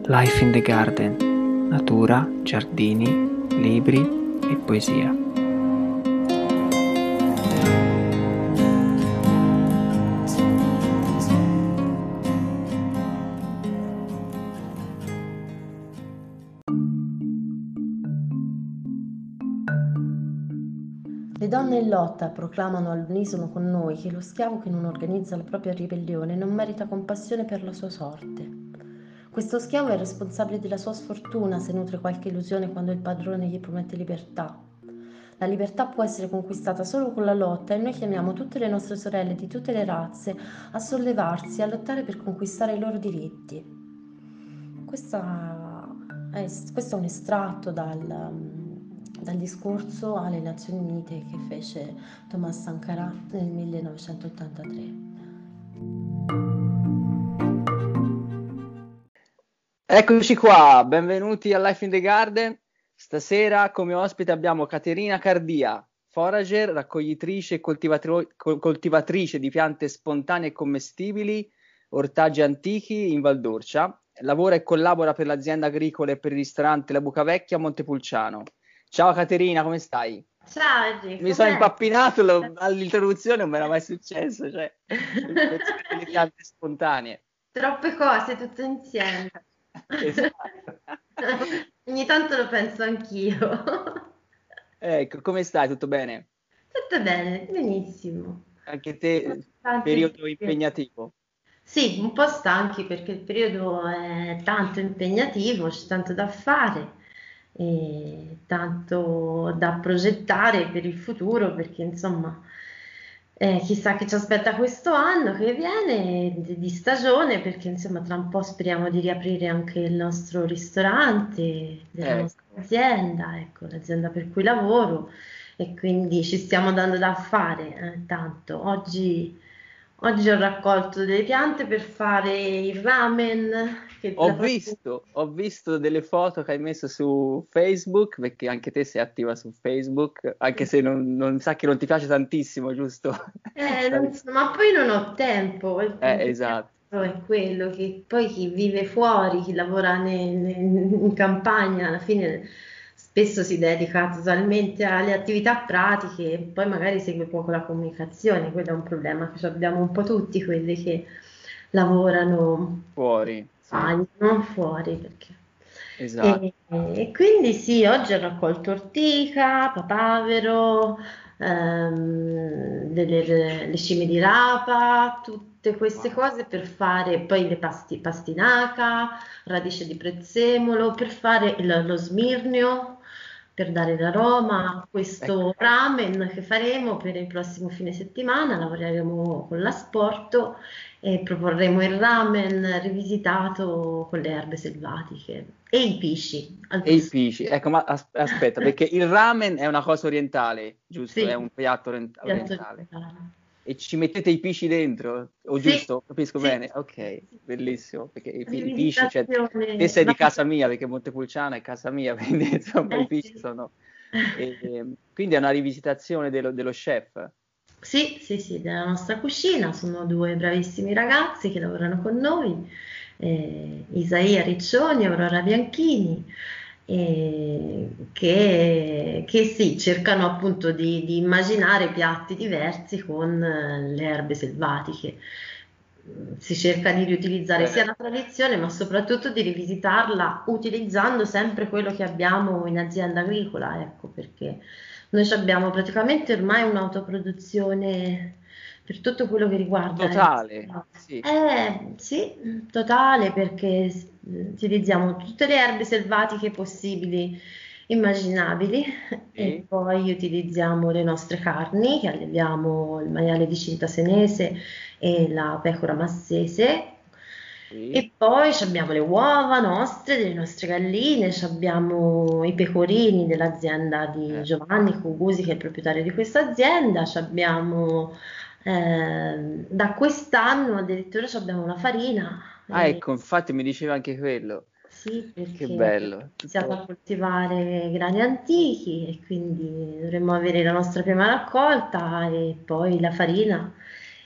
Life in the Garden, natura, giardini, libri e poesia. Le donne in lotta proclamano all'unisono con noi che lo schiavo che non organizza la propria ribellione non merita compassione per la sua sorte. Questo schiavo è responsabile della sua sfortuna se nutre qualche illusione quando il padrone gli promette libertà. La libertà può essere conquistata solo con la lotta e noi chiamiamo tutte le nostre sorelle di tutte le razze a sollevarsi, a lottare per conquistare i loro diritti. Questo è un estratto dal discorso alle Nazioni Unite che fece Thomas Sankara nel 1983. Eccoci qua, benvenuti a Life in the Garden. Stasera come ospite abbiamo Caterina Cardia, forager, raccoglitrice e coltivatrice di piante spontanee e commestibili, ortaggi antichi in Val d'Orcia. Lavora e collabora per l'azienda agricola e per il ristorante La Bucavecchia a Montepulciano. Ciao Caterina, come stai? Ciao Enrico, Mi sono impappinato all'introduzione, non mi era mai successo, cioè l'invenzione delle piante spontanee. troppe cose tutte insieme. Esatto. Ogni tanto lo penso anch'io. Ecco, come stai? Tutto bene? Tutto bene, benissimo. Anche te, Tante periodo impegnativo. Sì, un po' stanchi perché il periodo è tanto impegnativo, c'è tanto da fare e tanto da progettare per il futuro, perché insomma, chissà che ci aspetta questo anno che viene di stagione, perché insomma tra un po' speriamo di riaprire anche il nostro ristorante della nostra Ecco. azienda, ecco, l'azienda per cui lavoro e quindi ci stiamo dando da fare, tanto. Oggi ho raccolto delle piante per fare il ramen. Ho visto delle foto che hai messo su Facebook, perché anche te sei attiva su Facebook, anche se non sa che non ti piace tantissimo, giusto? Ma poi non ho tempo, il Esatto. tempo è quello che poi chi vive fuori, chi lavora in campagna, alla fine spesso si dedica totalmente alle attività pratiche e poi magari segue poco la comunicazione, quello è un problema che abbiamo un po' tutti quelli che lavorano Fuori, sì, non fuori perché. esatto. E quindi sì, oggi ho raccolto ortica, papavero, le cime di rapa, tutte queste Wow. cose per fare poi le pastinaca, radice di prezzemolo, per fare lo smirnio, per dare l'aroma a Ecco. questo ramen che faremo per il prossimo fine settimana. Lavoreremo con l'asporto e proporremo il ramen rivisitato con le erbe selvatiche e i pisci al E i posto. pisci, ecco, ma aspetta, perché il ramen è una cosa orientale, giusto? È Sì, un piatto piatto orientale. orientale. E ci mettete i pisci dentro? O Sì, giusto? Capisco sì, bene? Ok, sì, sì. bellissimo, perché i pisci, cioè, te Rivisitazione. sei di casa mia, perché Montepulciano è casa mia, quindi insomma i pisci Sì. sono. Quindi è una rivisitazione dello chef. Sì, sì, sì, della nostra cucina, sono due bravissimi ragazzi che lavorano con noi, Isaia Riccioni e Aurora Bianchini, che sì, cercano appunto di immaginare piatti diversi con le erbe selvatiche. Si cerca di riutilizzare sia la tradizione, ma soprattutto di rivisitarla utilizzando sempre quello che abbiamo in azienda agricola, ecco, perché noi abbiamo praticamente ormai un'autoproduzione per tutto quello che riguarda le Totale, sì. sì, totale, perché utilizziamo tutte le erbe selvatiche possibili, immaginabili, e Sì, poi utilizziamo le nostre carni, che alleviamo il maiale di Cinta Senese e la pecora massese. sì. E poi abbiamo le uova nostre, delle nostre galline, abbiamo i pecorini dell'azienda di Eh. Giovanni Cugusi, che è il proprietario di questa azienda, abbiamo da quest'anno addirittura abbiamo la farina, Ah, ecco, infatti mi diceva anche quello. sì, Che perché abbiamo bello. iniziato a coltivare grani antichi e quindi dovremmo avere la nostra prima raccolta e poi la farina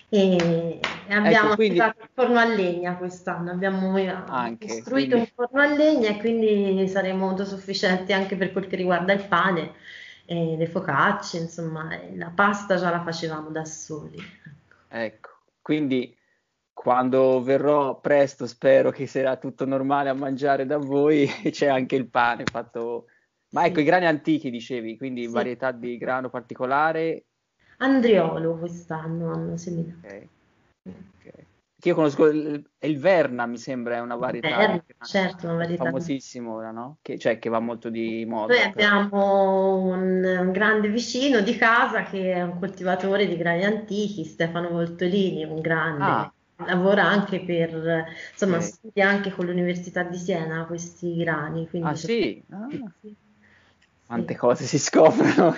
e Ecco, abbiamo quindi attivato il forno a legna quest'anno, abbiamo anche, costruito un quindi forno a legna e quindi saremo autosufficienti anche per quel che riguarda il pane, e le focacce, insomma, e la pasta già la facevamo da soli. Ecco. ecco, quindi quando verrò presto, spero che sarà tutto normale a mangiare da voi, c'è anche il pane fatto. Ma ecco, i Sì, grani antichi dicevi, quindi sì. varietà di grano particolare. Andriolo quest'anno hanno seminato. Ok, ok. Che io conosco il Verna, mi sembra, è una varietà di grano, Certo, una è varietà. famosissimo ora, no? Cioè, che va molto di Noi moda, però. abbiamo un grande vicino di casa che è un coltivatore di grani antichi, Stefano Voltolini, un grande, Ah, lavora anche per, insomma, ok. studia anche con l'Università di Siena questi grani, Ah, quindi sì? sì, Ah, sì, quante sì. cose si scoprono.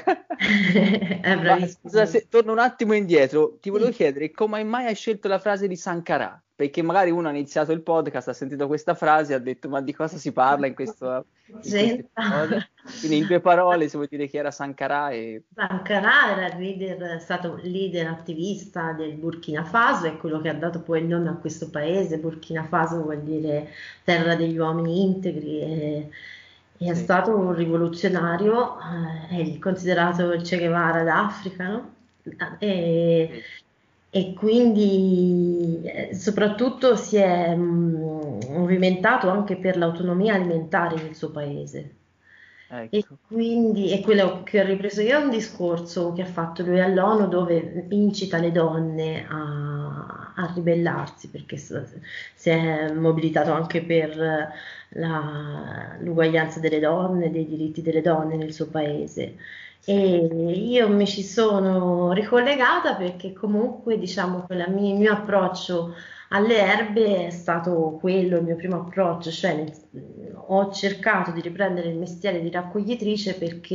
È Ma scusa, bravissimo. torno un attimo indietro, ti volevo Sì. chiedere come mai hai scelto la frase di Sankara? Perché magari uno ha iniziato il podcast, ha sentito questa frase e ha detto ma di cosa si parla in questo Gente. episodio? Quindi in due parole, se vuoi dire chi era Sankara e. Sankara era il leader, è stato leader attivista del Burkina Faso, è quello che ha dato poi il nome a questo paese. Burkina Faso vuol dire terra degli uomini integri e è Sì, stato un rivoluzionario, è considerato il Che Guevara d'Africa, no? E, sì, e quindi soprattutto si è movimentato anche per l'autonomia alimentare del suo paese. E ecco, quindi è quello che ho ripreso io, è un discorso che ha fatto lui all'ONU dove incita le donne a ribellarsi perché si è mobilitato anche per l'uguaglianza delle donne, dei diritti delle donne nel suo paese. sì, E io mi ci sono ricollegata perché comunque diciamo che il mio approccio alle erbe è stato quello, il mio primo approccio, cioè ho cercato di riprendere il mestiere di raccoglitrice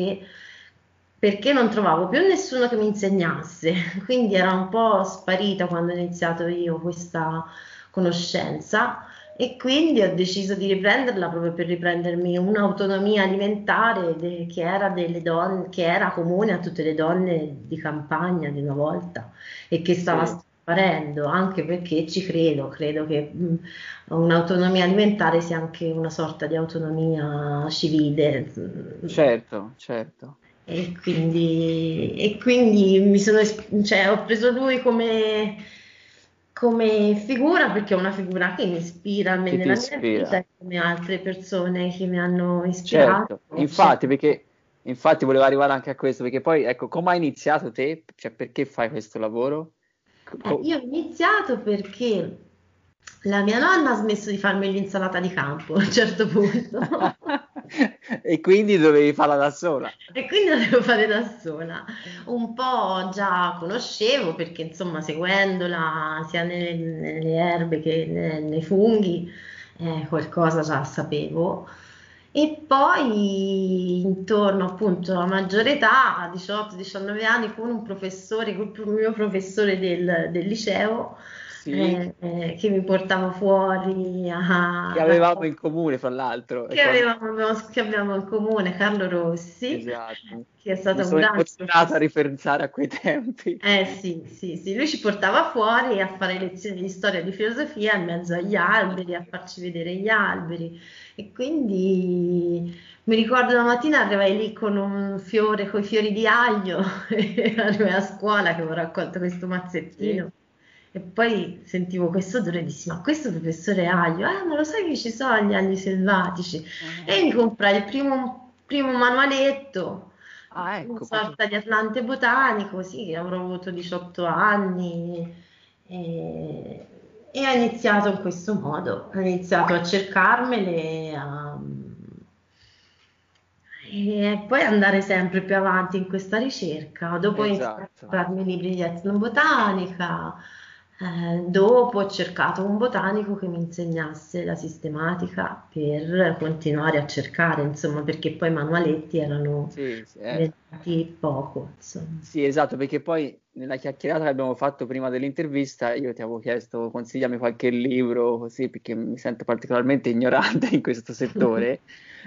perché non trovavo più nessuno che mi insegnasse, quindi era un po' sparita quando ho iniziato io questa conoscenza e quindi ho deciso di riprenderla proprio per riprendermi un'autonomia alimentare che era delle donne, che era comune a tutte le donne di campagna di una volta e che stava sì, scomparendo, anche perché ci credo che un'autonomia alimentare sia anche una sorta di autonomia civile. certo, certo. E quindi cioè, ho preso lui come figura perché è una figura che mi ispira Che ti nella mia vita ispira. e come altre persone che mi hanno ispirato. Certo, Ho infatti, cercato. perché volevo arrivare anche a questo, perché poi, ecco, come hai iniziato te? Cioè, perché fai questo lavoro? Co- co- Io ho iniziato perché la mia nonna ha smesso di farmi l'insalata di campo a un certo punto. E quindi dovevi farla da sola. E quindi la devo fare da sola. Un po' già conoscevo perché insomma seguendola sia nelle erbe che nei funghi, qualcosa già sapevo. E poi intorno appunto a maggiore età, a 18-19 anni, con un professore, col mio professore del liceo, Sì, che mi portava fuori che a avevamo raccontare in comune, fra l'altro. che abbiamo in comune, Carlo Rossi, Esatto. che è Mi stato un sono grande emozionato a professore. ripensare a quei tempi. Sì, sì, sì, lui ci portava fuori a fare lezioni di storia e di filosofia in mezzo agli alberi, a farci vedere gli alberi. E quindi mi ricordo una mattina arrivai lì con un fiore, con i fiori di aglio, e arrivai a scuola che avevo raccolto questo Sì? mazzettino. E poi sentivo questo odore e dissi: Ma questo professore è aglio? Ma lo sai che ci sono gli agli selvatici? E mi Ah, comprai il primo manualetto, ah, una ecco, proprio. sorta di Atlante botanico, sì, che avrò avuto 18 anni e, e ho iniziato in questo modo, ho iniziato a cercarmele e poi andare sempre più avanti in questa ricerca. Dopo ho iniziato a Esatto. comprarmi libri di etnobotanica, dopo ho cercato un botanico che mi insegnasse la sistematica per continuare a cercare, insomma, perché poi i manualetti erano Sì, sì, diventati poco, insomma. sì, esatto, perché poi nella chiacchierata che abbiamo fatto prima dell'intervista io ti avevo chiesto consigliami qualche libro così perché mi sento particolarmente ignorante in questo settore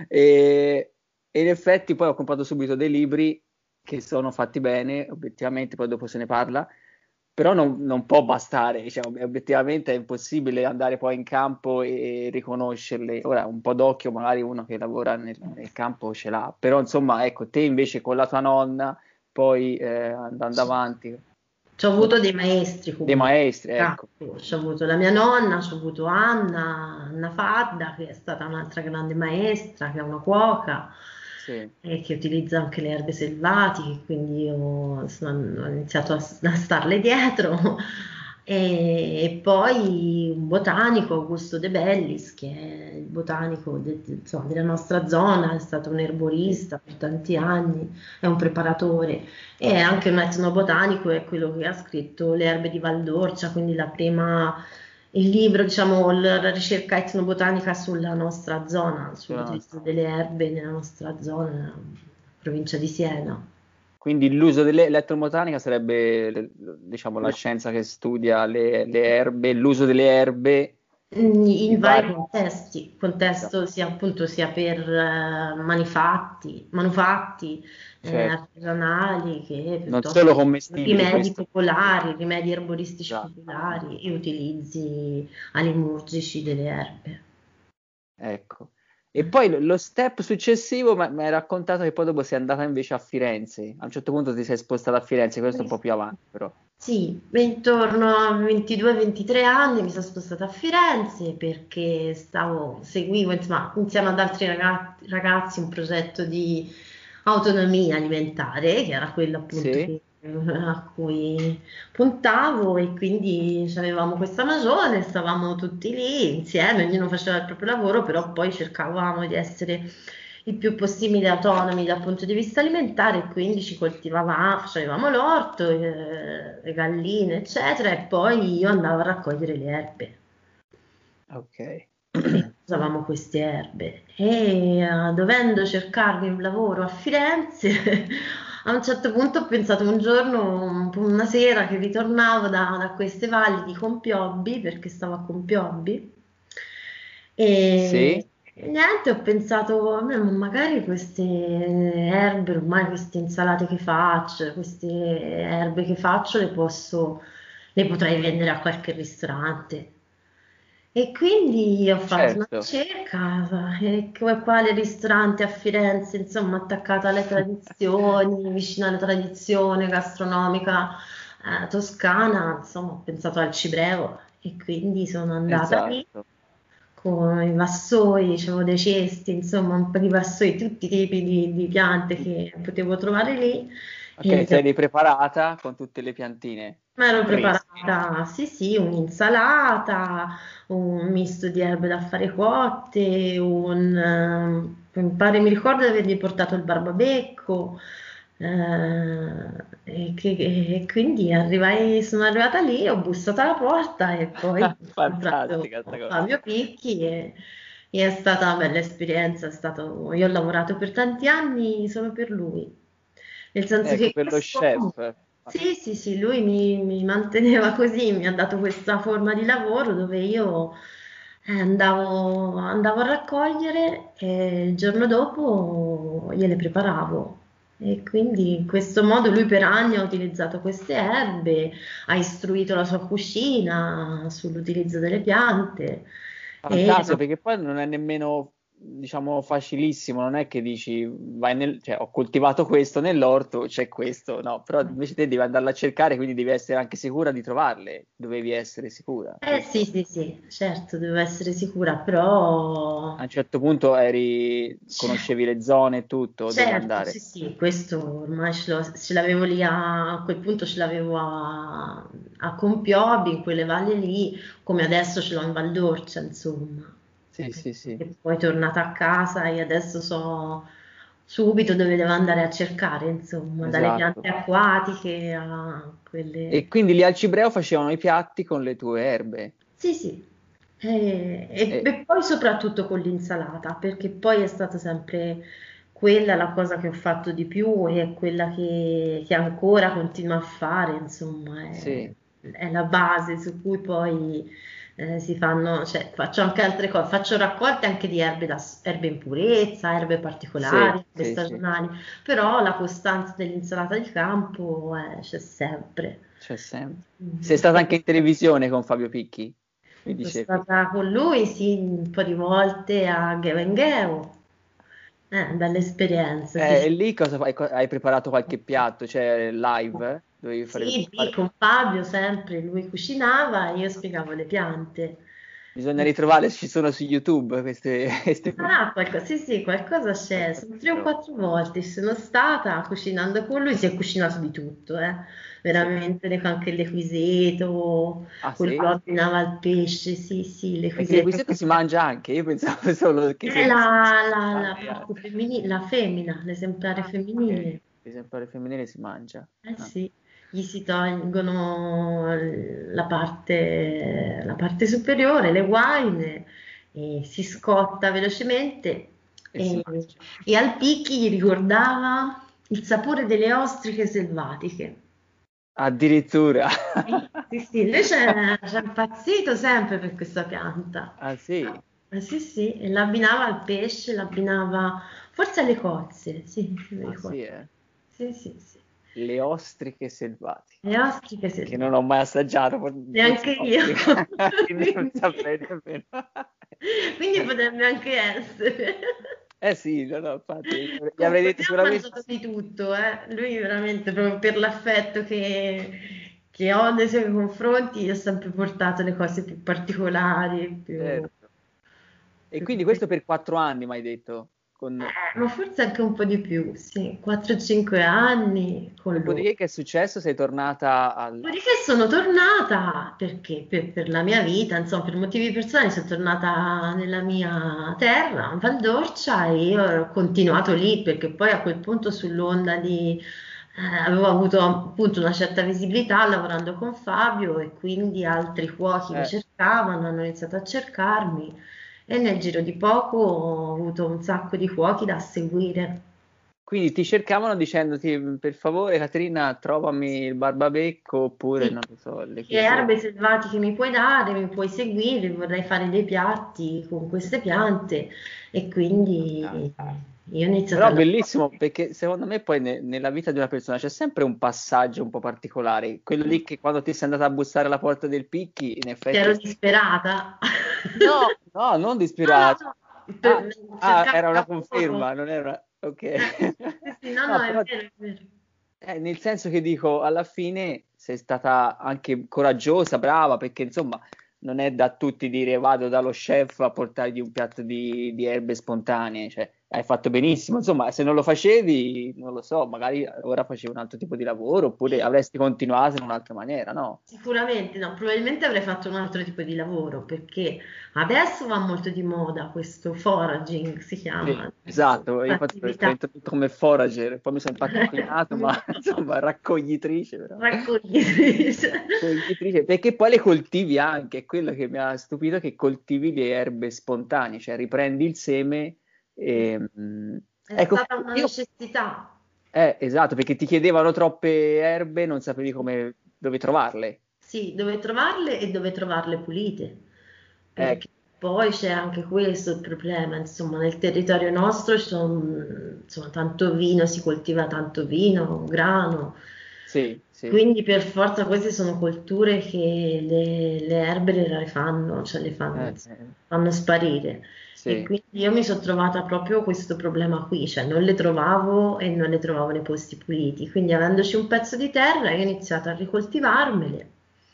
e in effetti poi ho comprato subito dei libri che sono fatti bene, obiettivamente, poi dopo se ne parla, però non può bastare, cioè, obiettivamente è impossibile andare poi in campo e riconoscerle. Ora, un po' d'occhio, magari uno che lavora nel campo ce l'ha, però insomma, ecco, te invece con la tua nonna, poi andando avanti, C'ho avuto dei maestri dei comunque. maestri, ecco, C'ho avuto la mia nonna, c'ho avuto Anna Fadda, che è stata un'altra grande maestra, che è una cuoca sì, e che utilizza anche le erbe selvatiche, quindi io ho iniziato a starle dietro. E poi un botanico, Augusto De Bellis, che è il botanico insomma, della nostra zona, è stato un sì, erborista per tanti anni, è un preparatore. E anche un etnobotanico è quello che ha scritto Le erbe di Valdorcia, quindi il libro, diciamo, la ricerca etnobotanica sulla nostra zona, sulla nostra. sull'utilizzo delle erbe nella nostra zona, provincia di Siena. Quindi l'uso dell'elettrobotanica sarebbe, diciamo, la scienza che studia le erbe, l'uso delle erbe In in vari vari... contesti, contesto sia appunto sia per manufatti Certo, artigianali che non piuttosto solo che commestibili, rimedi questo. popolari, rimedi erboristici Esatto. popolari e utilizzi alimurgici delle erbe. Ecco. E poi lo step successivo mi hai raccontato che poi dopo sei andata invece a Firenze. A un certo punto ti sei spostata a Firenze, questo un po' più avanti, però. Sì, intorno a 22-23 anni mi sono spostata a Firenze perché seguivo insomma, insieme ad altri ragazzi un progetto di autonomia alimentare, che era quello appunto Sì? a cui puntavo e quindi avevamo questa magione, stavamo tutti lì insieme, ognuno faceva il proprio lavoro, però poi cercavamo di essere il più possibile autonomi dal punto di vista alimentare e quindi ci coltivavamo, facevamo l'orto, le galline, eccetera, e poi io andavo a raccogliere le erbe Ok. e usavamo queste erbe. E dovendo cercarmi un lavoro a Firenze, a un certo punto ho pensato un giorno, una sera che ritornavo da queste valli di Compiobbi, perché stavo a Compiobbi, Sì? e niente, ho pensato, ma magari queste erbe, ormai queste insalate che faccio, queste erbe che faccio, le potrei vendere a qualche ristorante. E quindi ho fatto una Certo. ricerca, quale ristorante a Firenze, insomma, attaccato alle tradizioni, vicino alla tradizione gastronomica toscana, insomma, ho pensato al Cibrevo e quindi sono andata lì Esatto. con i vassoi, c'avevo dei cesti, insomma, un po' di vassoi, tutti i tipi di piante che potevo trovare lì. Ok, E sei ripreparata con tutte le piantine mi ero fresche. preparata, sì, sì, un'insalata, un misto di erbe da fare cotte, mi pare, mi ricordo di avergli portato il barbabecco, e quindi sono arrivata lì, ho bussato alla porta e poi ho incontrato Fantastica sta cosa. Fabio Picchi e è stata una bella esperienza, io ho lavorato per tanti anni solo per lui, nel senso Ecco, che per lo questo... chef. Sì, sì, sì, lui mi manteneva così, mi ha dato questa forma di lavoro dove io andavo a raccogliere e il giorno dopo gliele preparavo. E quindi in questo modo lui per anni ha utilizzato queste erbe, ha istruito la sua cucina sull'utilizzo delle piante. E, Fantastico, perché poi non è nemmeno, diciamo, facilissimo, non è che dici, cioè, ho coltivato questo nell'orto, c'è questo, no, però invece te devi andarla a cercare, quindi devi essere anche sicura di trovarle, dovevi essere sicura, sì, giusto? sì, sì, certo, devo essere sicura, però... A un certo punto conoscevi le zone e tutto, dove Certo, andare. sì, sì, questo ormai ce l'avevo lì a quel punto ce l'avevo a Compiobi, in quelle valli lì, come adesso ce l'ho in Valdorcia, insomma. Sì, sì, sì, E poi tornata a casa e adesso so subito dove devo andare a cercare, insomma, dalle piante esatto. acquatiche a quelle... E quindi lì al Cibreo facevano i piatti con le tue erbe. Sì, sì, E, e poi soprattutto con l'insalata, perché poi è stata sempre quella la cosa che ho fatto di più e è quella che ancora continuo a fare, insomma, sì. è la base su cui poi si fanno, cioè, faccio anche altre cose, faccio raccolte anche di erbe in purezza, erbe Sì, particolari, erbe sì, sì, stagionali, però la costanza dell'insalata di campo c'è sempre. c'è sempre. Sei Mm. stata anche in televisione con Fabio Picchi, mi Sono dicevi. stata con lui, sì, un po' di volte a Gevengeo, belle esperienze, E lì cosa fai? Hai preparato qualche piatto, cioè live? Dovevi sì, sì, fare... con Fabio sempre, lui cucinava e io spiegavo le piante. Bisogna ritrovarle, ci sono su YouTube queste Sarà qualcosa, sì, sì, qualcosa c'è. Sono tre o però. quattro volte sono stata cucinando con lui, si è cucinato di tutto, Sì. veramente, anche le queseto, Ah quello che sì? ordinava il pesce, sì, sì, le Perché le queseto. quesito si mangia anche, io pensavo solo che È se... la parte femminile, la femmina, l'esemplare Ah, ok. femminile. L'esemplare femminile si mangia. Eh Ah. sì, gli si tolgono la parte superiore, le guaine, e si scotta velocemente E si e, mangia. e al picchi gli ricordava il sapore delle ostriche selvatiche. Addirittura. Sì, sì, lui c'è impazzito sempre per questa pianta. Ah sì? Sì, sì, e l'abbinava al pesce, l'abbinava forse alle cozze, sì, mi Ah ricordo. sì, eh? Sì, sì, sì. Le ostriche selvatiche, Le ostriche che non selvatiche. ho mai assaggiato, forse Neanche io. un'ostrica, quindi non Quindi, saprei nemmeno. quindi potrebbe anche essere. Eh sì, no, no, infatti, gli avrei Comunque, detto abbiamo sicuramente mangiato di tutto, eh. Lui veramente, proprio per l'affetto che ho nei suoi confronti, gli ho sempre portato le cose più particolari, certo. E più quindi questo per 4 anni, mi hai detto, con... ma forse anche un po' di più, sì, 4-5 anni con lui. Dopodiché che è successo? Sei tornata al... Dopodiché sono tornata perché per la mia vita, insomma, per motivi personali, sono tornata nella mia terra, a Valdorcia, e io ho continuato lì perché poi a quel punto sull'onda di... avevo avuto appunto una certa visibilità lavorando con Fabio e quindi altri cuochi mi eh, cercavano, hanno iniziato a cercarmi e nel giro di poco ho avuto un sacco di cuochi da seguire. quindi ti cercavano dicendoti, per favore, Caterina, trovami il barbabecco, oppure, Sì, non lo so, le che quesie. erbe selvatiche mi puoi dare, mi puoi seguire, vorrei fare dei piatti con queste piante e quindi io ho iniziato a Però lavorare. bellissimo, perché secondo me poi nella vita di una persona c'è sempre un passaggio un po' particolare. Quello lì che quando ti sei andata a bussare alla porta del Picchi, in effetti... Ero disperata. No, no, non No, no, disperato. no, Ah, cercavo era una lavoro. conferma, non era... Ok. Sì, sì, no, no, No, però è vero. nel senso che dico, alla fine sei stata anche coraggiosa, brava, perché insomma non è da tutti dire vado dallo chef a portargli un piatto di erbe spontanee, cioè hai fatto benissimo, insomma se non lo facevi, non lo so, magari ora facevi un altro tipo di lavoro oppure Sì. avresti continuato in un'altra maniera, no? Sicuramente no, probabilmente avrei fatto un altro tipo di lavoro perché adesso va molto di moda questo foraging, si Sì, chiama, esatto, io infatti l'ho attività. introdotto come forager, poi mi sono impattinato, ma insomma raccoglitrice però. Raccoglitrice. Raccoglitrice, perché poi le coltivi anche, è quello che mi ha stupito, che coltivi le erbe spontanee, cioè riprendi il seme e... È ecco, stata una io... necessità. esatto, perché ti chiedevano troppe erbe, non sapevi come, dove trovarle. Sì, dove trovarle e dove trovarle pulite, Ecco, perché poi c'è anche questo il problema, insomma, nel territorio nostro ci sono, insomma, tanto vino, si coltiva tanto vino, grano, sì, sì, quindi per forza queste sono colture che le erbe le rarefanno, cioè le fanno, eh, eh, fanno sparire. E sì. quindi io mi sono trovata proprio questo problema qui, cioè non le trovavo e non le trovavo nei posti puliti. Quindi avendoci un pezzo di terra, io ho iniziato a ricoltivarmele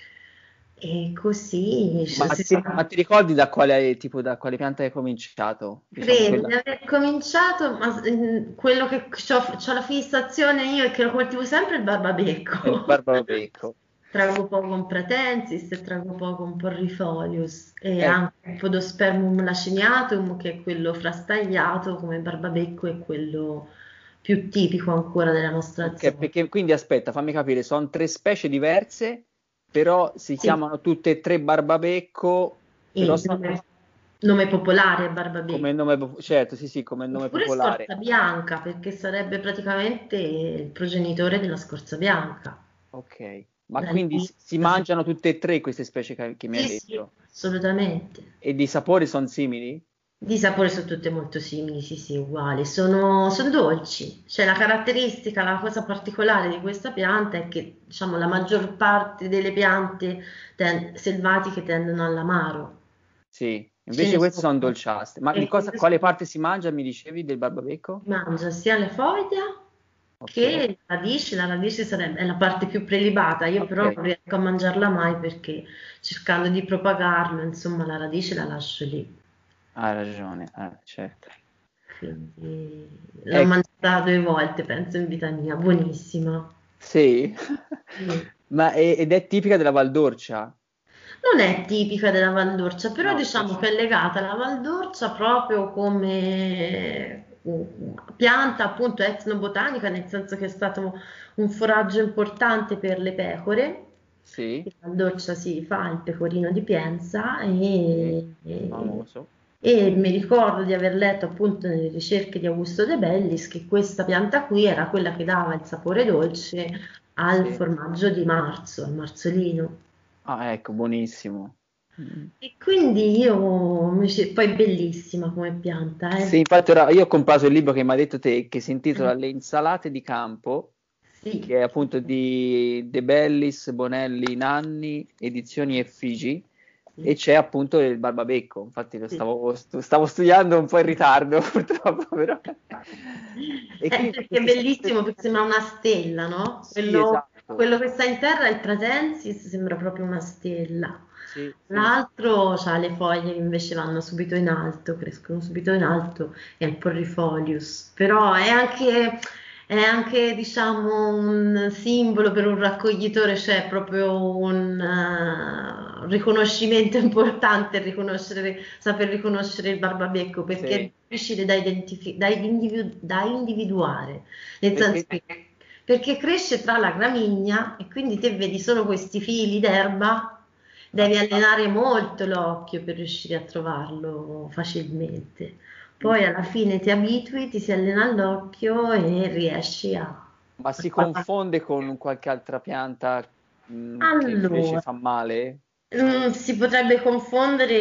e così Ma ti ricordi da quale, tipo, da quale pianta hai cominciato? Diciamo credo quella, di aver cominciato, ma quello che c'ho la fissazione io e che lo coltivo sempre è il è il barbabecco. barbabecco. Trago poco un pratensis e trago poco un porrifolius e Ecco. anche un podospermum laciniatum che è quello frastagliato come barbabecco è quello più tipico ancora della nostra Ok, zona. perché quindi aspetta, fammi capire, sono tre specie diverse, però si Sì, chiamano tutte e tre barbabecco, però il sono nome popolare è barbabecco. come nome, certo, sì, sì, come nome Oppure popolare. scorza bianca perché sarebbe praticamente il progenitore della scorza bianca. Ok, Ma la quindi si linguiça. mangiano tutte e tre queste specie che mi hai Sì, sì, detto? assolutamente. E di sapore sono simili? Di sapore sono tutte molto simili, sì, sì, uguali. Sono dolci. Cioè la caratteristica, la cosa particolare di questa pianta è che, diciamo, la maggior parte delle piante selvatiche tendono all'amaro. Sì, Ce invece ne queste sono. sono dolciaste. Ma di E cosa, queste quale sono. parte si mangia, mi dicevi, del barbabecco? Mangia sia le foglie Ok, che la radice è la parte più prelibata, io però ok. non riesco a mangiarla mai perché cercando di propagarlo, insomma, la radice la lascio lì. Hai ragione, certo. Quindi l'ho Ecco, mangiata 2 volte, penso, in vita mia, buonissima. sì. Sì. Ed è tipica della Val d'Orcia? Non è tipica della Val d'Orcia, però No, diciamo che è legata alla Val d'Orcia proprio come pianta appunto etnobotanica, nel senso che è stato un foraggio importante per le pecore. sì, In Val d'Orcia si fa il pecorino di Pienza sì, e, famoso. e mi ricordo di aver letto appunto nelle ricerche di Augusto De Bellis che questa pianta qui era quella che dava il sapore dolce al Sì. formaggio di marzo, al marzolino. Ah, ecco, buonissimo. Mm. E quindi poi è bellissima come pianta, Sì, eh. infatti io ho comprato il libro che mi hai detto te, che si intitola Le insalate di campo, che Sì, è appunto di De Bellis, Bonelli, Nanni, Edizioni Effigi, e sì, c'è appunto il barbabecco. Infatti lo sì. stavo studiando un po' in ritardo, purtroppo, però. E quindi Perché è queste sempre. bellissimo, perché sembra una stella, no? Sì, Quello, esatto. quello che sta in terra, il Pratensis, sembra proprio una stella. Sì, sì, sì. L'altro ha le foglie che invece vanno subito in alto, crescono subito in alto, è il Porrifolius. Però è anche, diciamo, un simbolo per un raccoglitore, cioè proprio un riconoscimento importante saper riconoscere il barbabecco perché è Sì. difficile da individuare, nel senso Perché che perché cresce tra la gramigna e quindi te vedi solo questi fili d'erba, devi ah, allenare molto l'occhio per riuscire a trovarlo facilmente. mm, Poi alla fine ti abitui, ti si allena l'occhio e riesci ma a si confonde con qualche altra pianta che invece Allora, fa male? si potrebbe confondere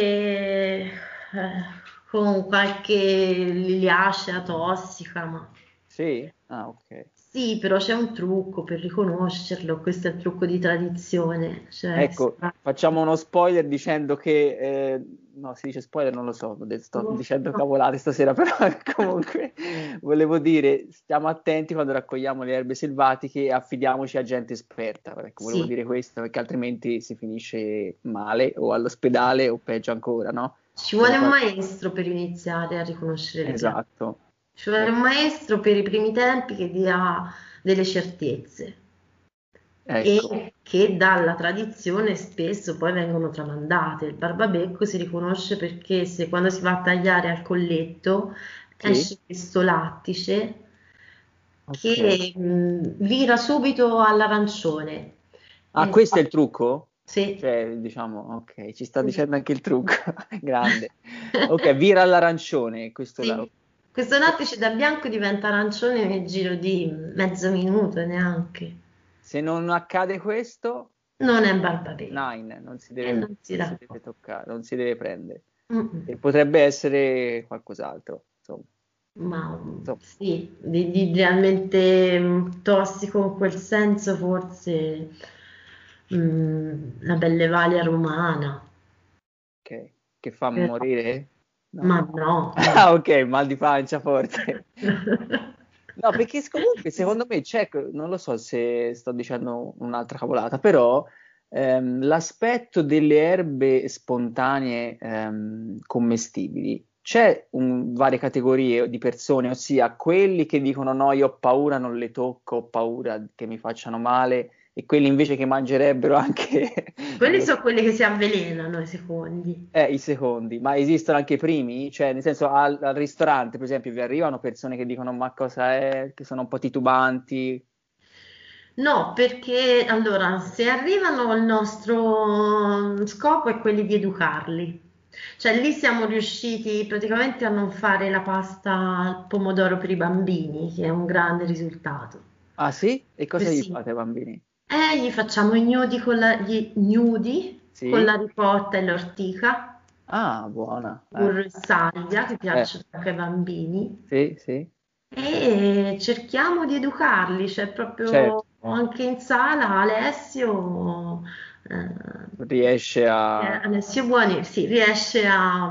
con qualche liliacea tossica, ma Sì? Ah, ok. sì, però c'è un trucco per riconoscerlo, questo è il trucco di tradizione, cioè Ecco, facciamo uno spoiler dicendo che, no, si dice spoiler, non lo so, sto dicendo cavolate stasera, però comunque volevo dire, stiamo attenti quando raccogliamo le erbe selvatiche e affidiamoci a gente esperta, ecco, volevo sì, dire questo, perché altrimenti si finisce male o all'ospedale o peggio ancora, no? ci Come vuole un qua- maestro per iniziare a riconoscere le piante, Esatto. ci vuole un maestro per i primi tempi che dia delle certezze. Ecco, E che dalla tradizione spesso poi vengono tramandate. Il barbabecco si riconosce perché se quando si va a tagliare al colletto sì, esce questo lattice ok. che vira subito all'arancione. Ah, E questo è il trucco? sì, Cioè, diciamo, ok, ci sta sì. dicendo anche il trucco, grande. Ok, vira all'arancione, questo là. Sì. Questo lattice da bianco diventa arancione nel giro di mezzo minuto neanche. Se non accade questo, Non è barbabecco nine, e non si non si deve raccoglie. toccare, non si deve prendere. Mm-mm. E potrebbe essere qualcos'altro, insomma. Ma Insomma, sì, di realmente tossico in quel senso forse la Belle Valia romana, che fa però, morire? No. ma no, no. Ah, ok, mal di pancia forte. No, perché comunque secondo me c'è, non lo so se sto dicendo un'altra cavolata, però l'aspetto delle erbe spontanee commestibili, c'è varie categorie di persone, ossia quelli che dicono no, io ho paura, non le tocco, ho paura che mi facciano male, e quelli invece che mangerebbero anche Quelli sono quelli che si avvelenano ai secondi. i secondi, ma esistono anche i primi? Cioè, nel senso, al ristorante, per esempio, vi arrivano persone che dicono ma cosa è, che sono un po' titubanti. No, perché allora, se arrivano il nostro scopo è quello di educarli. Cioè lì siamo riusciti praticamente a non fare la pasta al pomodoro per i bambini, che è un grande risultato. Ah sì? E cosa gli Sì. fate ai bambini? Gli facciamo gli gnudi con Sì? la ricotta e l'ortica, Ah, buona. burro e saglia che Eh, piacciono anche ai bambini. sì, sì, E cerchiamo di educarli, cioè certo. proprio anche in sala Riesce a... Alessio Buoni sì, riesce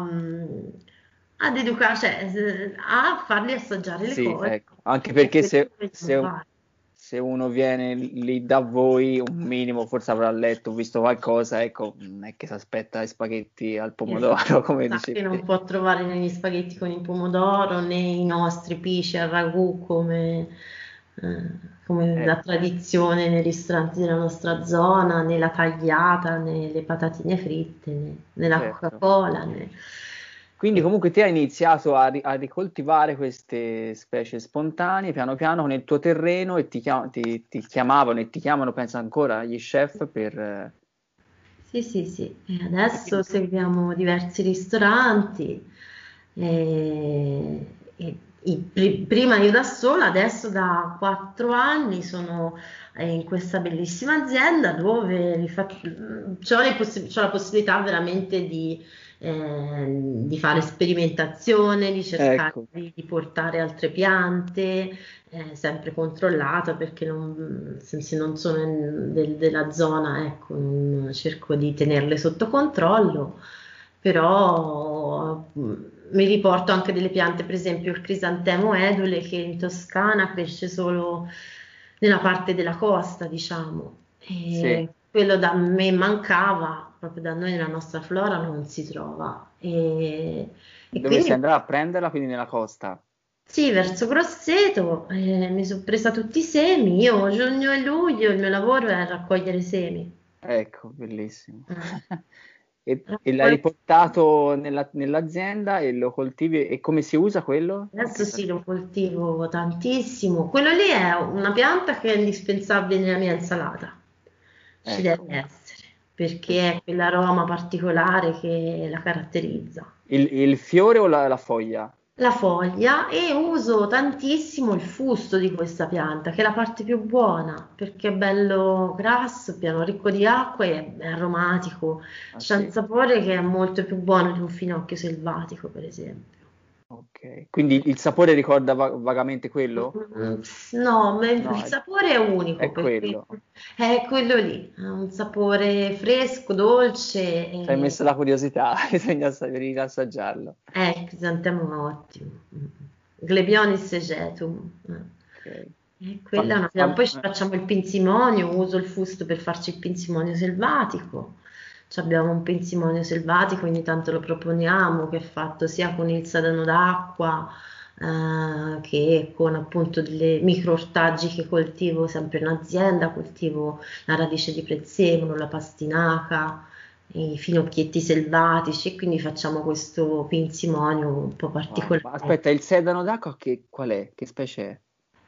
ad educare, cioè, a farli assaggiare le Sì, cose, ecco. Anche che è perché quello che vogliamo fare. se uno viene lì da voi, un minimo forse avrà letto, visto qualcosa, ecco, non è che si aspetta gli spaghetti al Esatto. pomodoro, come Sa che dicevi non te. può trovare negli spaghetti con il pomodoro né i nostri pisci al ragù eh, come la Ecco, tradizione nei ristoranti della nostra zona, né la tagliata, né le patatine fritte, né la certo. Coca-Cola. Quindi E- comunque te hai iniziato a ricoltivare queste specie spontanee piano piano nel tuo terreno e ti chiamavano e ti chiamano, penso ancora, gli chef per... Sì, sì, sì. E e adesso quindi- seguiamo diversi ristoranti. Prima io da sola, adesso da 4 anni sono in questa bellissima azienda dove c'ho la possibilità veramente di fare sperimentazione, di cercare Ecco, di portare altre piante sempre controllata perché se non sono della zona, ecco, non cerco di tenerle sotto controllo, però mi riporto anche delle piante, per esempio il crisantemo edule che in Toscana cresce solo nella parte della costa, diciamo, sì. e quello da me mancava, proprio da noi nella nostra flora non si trova. E Dove sei quindi andato a prenderla? Quindi nella costa. sì, verso Grosseto, mi sono presa tutti i semi. Io giugno e luglio il mio lavoro è raccogliere semi. Ecco, bellissimo. Eh, E l'hai raccol- riportato nell'azienda e lo coltivi. E come si usa quello? Il Adesso sì, lo crisantemo? coltivo tantissimo. Quello lì è una pianta che è indispensabile nella mia insalata. Ci deve Ecco. essere, perché è quell'aroma particolare che la caratterizza. Il fiore o la foglia? La foglia e uso tantissimo il fusto di questa pianta, che è la parte più buona, perché è bello grasso, pieno ricco di acqua e è aromatico. Ah C'è un sì? sapore che è molto più buono di un finocchio selvatico, per esempio. Ok. Quindi il sapore ricorda vagamente quello? No, ma No, il sapore è unico è perché quello. è quello lì, ha un sapore fresco, dolce, Ci hai messo la curiosità, bisogna venire ad assaggiarlo. è il crisantemo è ottimo. Glebionis egetum. Ok. Quella è una poi ci Eh. facciamo il pinzimonio, uso il fusto per farci il pinzimonio selvatico. Ci abbiamo un pinzimonio selvatico, ogni tanto lo proponiamo, che è fatto sia con il sedano d'acqua che con appunto delle micro ortaggi che coltivo sempre in azienda, coltivo la radice di prezzemolo, la pastinaca, i finocchietti selvatici e quindi facciamo questo pinzimonio un po' Wow. particolare. Ma aspetta, il sedano d'acqua qual è? Che specie è?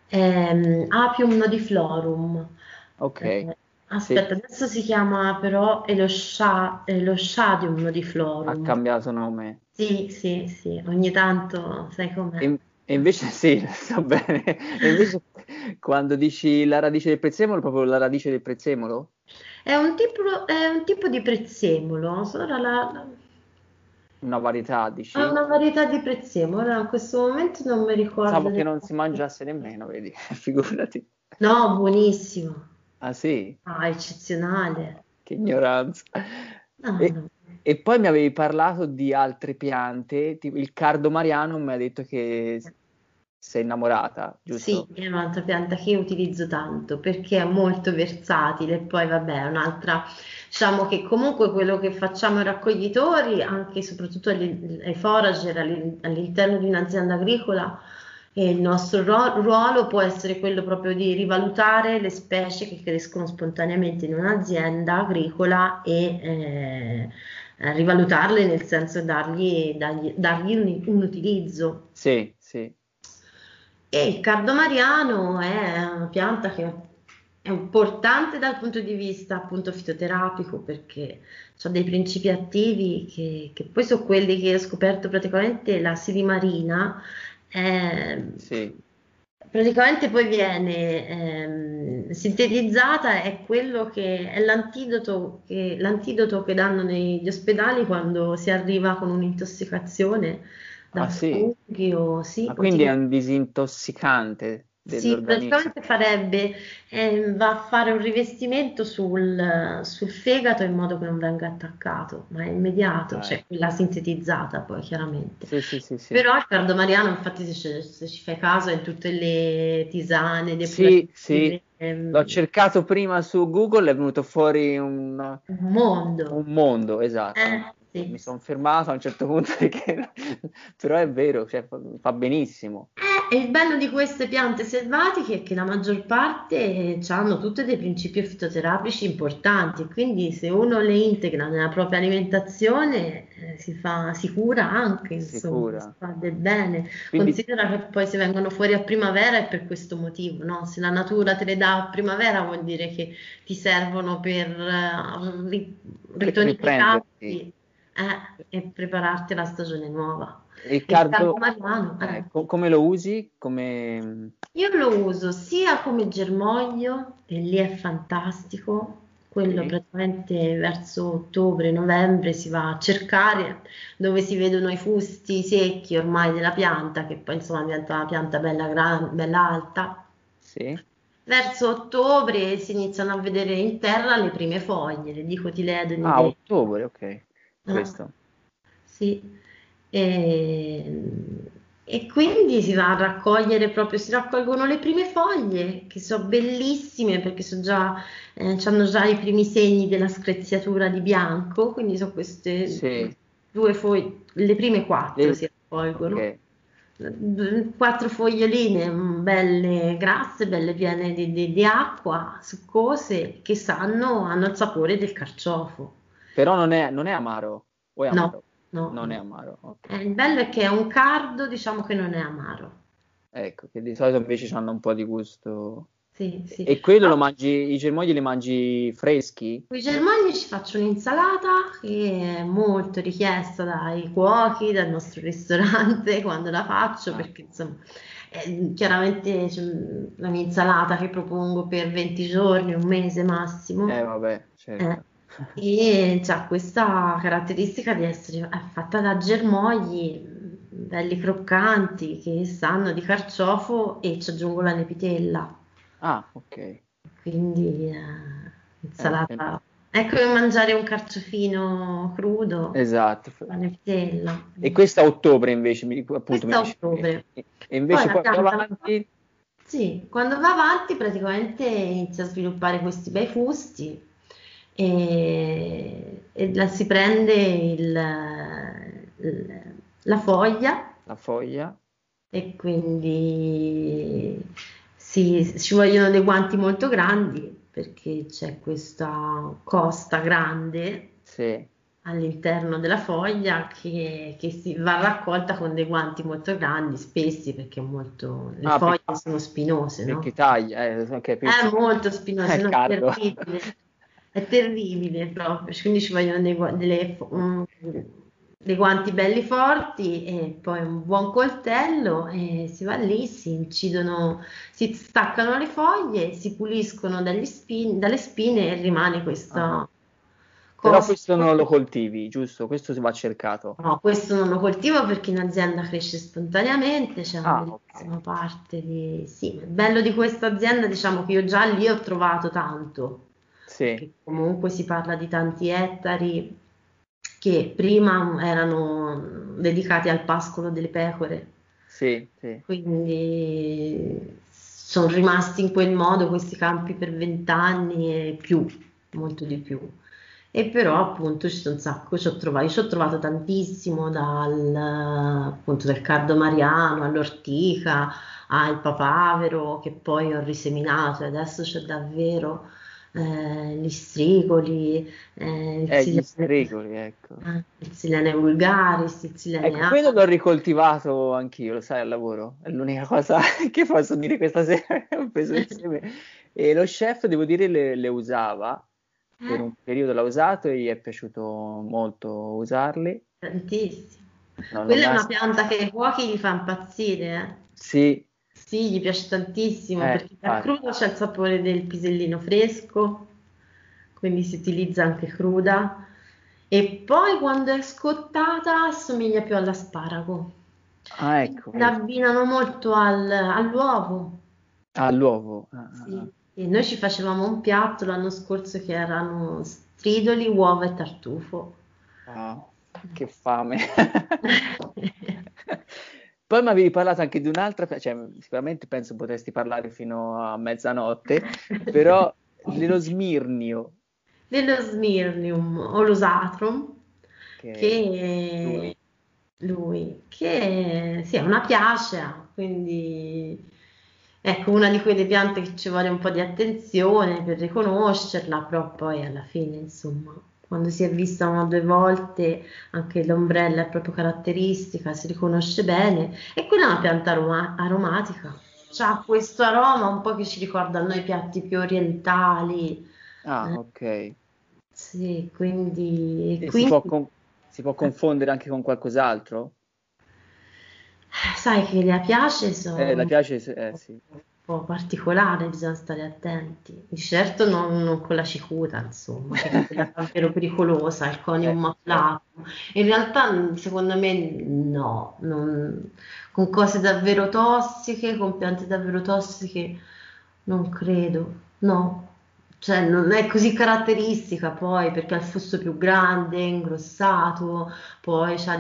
Apium nodiflorum. Ok. Sì, Aspetta, adesso si chiama però lo Shadium ha nodiflorum. cambiato nome. Sì, sì, sì, ogni tanto sai com'è. E invece sì, sta bene. E invece quando dici la radice del prezzemolo, proprio la radice del prezzemolo? È un tipo di prezzemolo, Una varietà, ha dici? una varietà di prezzemolo, ora in questo momento non mi ricordo Pensavo che del non si mangiasse nemmeno, vedi? Figurati. No, buonissimo. Ah sì? Ah, eccezionale. Che ignoranza. No, E, no. e poi mi avevi parlato di altre piante, tipo il cardo mariano mi ha detto che sei innamorata, Sì, giusto? è un'altra pianta che io utilizzo tanto perché è molto versatile e poi vabbè è un'altra, diciamo che comunque quello che facciamo ai raccoglitori, anche e soprattutto ai forager all'interno di un'azienda agricola, il nostro ruolo può essere quello proprio di rivalutare le specie che crescono spontaneamente in un'azienda agricola e rivalutarle nel senso di dargli un utilizzo. Sì, sì. E il cardomariano è una pianta che è importante dal punto di vista appunto fitoterapico perché ha dei principi attivi che poi sono quelli che ho scoperto praticamente la silimarina è, Sì. Praticamente poi viene sintetizzata, è quello che è l'antidoto che danno negli ospedali quando si arriva con un'intossicazione da Ah sì? funghi o sì, Ma quindi è un disintossicante sì, dell'organismo. praticamente va a fare un rivestimento sul fegato in modo che non venga attaccato, ma è immediato, Dai. cioè quella sintetizzata poi chiaramente. Sì, sì, sì, sì. Però il cardomariano, infatti, se ci fai caso, è in tutte le tisane Sì, sì, depurative, l'ho cercato prima su Google, è venuto fuori un mondo. un mondo, esatto. Mi Sì. sono fermato a un certo punto perché però è vero, cioè, fa benissimo. E il bello di queste piante selvatiche è che la maggior parte hanno tutte dei principi fitoterapici importanti e quindi se uno le integra nella propria alimentazione si cura anche, insomma, si Sicura. fa del bene. Quindi Considera che poi se vengono fuori a primavera è per questo motivo, no? Se la natura te le dà a primavera vuol dire che ti servono per riprenderti. ritonificarti e prepararti alla stagione nuova. Il Il cardo, campo mariano, come lo usi? Come... io lo uso sia come germoglio, e lì è fantastico, quello Sì, praticamente verso ottobre-novembre si va a cercare dove si vedono i fusti secchi ormai della pianta, che poi insomma diventa una pianta bella, bella alta. sì. Verso ottobre si iniziano a vedere in terra le prime foglie, le dicotiledoni Ah, dei... ottobre, ok. Ah, Questo. sì, e, e quindi si va a raccogliere proprio, si raccolgono le prime foglie che sono bellissime perché sono già, hanno già i primi segni della screziatura di bianco, quindi sono queste Sì. due foglie, le prime quattro Le- si raccolgono. Ok. Quattro foglioline belle grasse, belle piene di acqua, succose, che hanno il sapore del carciofo. Però non è amaro, o è No, amaro? no, Non è no. amaro, ok. Il bello è che è un cardo, diciamo che non è amaro. Ecco, che di solito invece hanno un po' di gusto. Sì, sì. E quello lo Ah, mangi, i germogli li mangi freschi? con i germogli ci faccio un'insalata che è molto richiesta dai cuochi del nostro ristorante quando la faccio, Ah, perché insomma, chiaramente c'è un'insalata che propongo per 20 giorni, un mese massimo. vabbè, Eh, certo. e ha questa caratteristica di essere fatta da germogli belli croccanti che sanno di carciofo e ci aggiungo la nepitella. Ah, ok. Quindi Eh, eh, insalata. È come mangiare un carciofino crudo, esatto. la nepitella. E questa a ottobre invece, appunto mi Questo a dicevi. ottobre. E Poi invece la poi più pianta, avanti, sì, quando va avanti praticamente inizia a sviluppare questi bei fusti e si prende la foglia la foglia, e quindi ci vogliono dei guanti molto grandi perché c'è questa costa grande sì. all'interno della foglia che si va raccolta con dei guanti molto grandi, spessi, perché le Ah, foglie sono spinose, perché no? taglia, È capisco. molto spinose, È no? caldo. È terribile proprio, quindi ci vogliono dei guanti belli forti e poi un buon coltello e si va lì, si incidono, si staccano le foglie, si puliscono dalle spine e rimane Ah. questa Però cosa. questo non lo coltivi, giusto? Questo si va cercato. No, questo non lo coltivo perché in azienda cresce spontaneamente, c'è una Ah, ok. bellissima parte di... Sì, il bello di questa azienda, diciamo che io già lì ho trovato tanto, Sì, perché comunque si parla di tanti ettari che prima erano dedicati al pascolo delle pecore, sì, sì. quindi sono rimasti in quel modo questi campi per 20 anni e più, molto di più. E però appunto ci sono un sacco, ci ho trovato tantissimo appunto del cardo mariano all'ortica al papavero che poi ho riseminato e adesso c'è davvero gli strigoli, Gli stregoli, ecco. il Silene vulgaris, il Silene Ecco, quello l'ho alba. ricoltivato anch'io, lo sai, al lavoro. È l'unica cosa che posso dire questa sera. Ho preso insieme. E lo chef, devo dire, le usava. Per un periodo l'ha usato e gli è piaciuto molto usarli. Tantissimo. Non l'ho Quella è mai una assaggiato. pianta che ai cuochi gli fa impazzire, Sì, eh. Sì, gli piace tantissimo perché da infatti. crudo c'è il sapore del pisellino fresco, quindi si utilizza anche cruda. E poi quando è scottata assomiglia più all'asparago. Ah, Quindi ecco, vedi. l'abbinano molto all'uovo. Ah, l'uovo. Sì. E noi ci facevamo un piatto l'anno scorso che erano stridoli, uova e tartufo. Wow, che fame. Poi mi avevi parlato anche di un'altra, cioè sicuramente penso potresti parlare fino a mezzanotte, però dello Smirnio, Dello Smirnium o lo Satrum, che lui, che che sì, è una piacea, quindi ecco una di quelle piante che ci vuole un po' di attenzione per riconoscerla, però poi alla fine, insomma, quando si è vista una o due volte, anche l'ombrella è proprio caratteristica, si riconosce bene, e quella è una pianta aromatica. C'ha questo aroma un po' che ci ricorda a noi piatti più orientali. ah, Eh, ok. sì, quindi, E quindi si può confondere anche con qualcos'altro? sai che le apiace sono La un piace? Sì. po' particolari, bisogna stare attenti. Di certo non con la cicuta, insomma, che è quella davvero pericolosa, il conium Certo. maculatum. In realtà, secondo me, no, con cose davvero tossiche, con piante davvero tossiche, non credo, no. Cioè, non è così caratteristica poi perché ha il fusto più grande, ingrossato, poi c'ha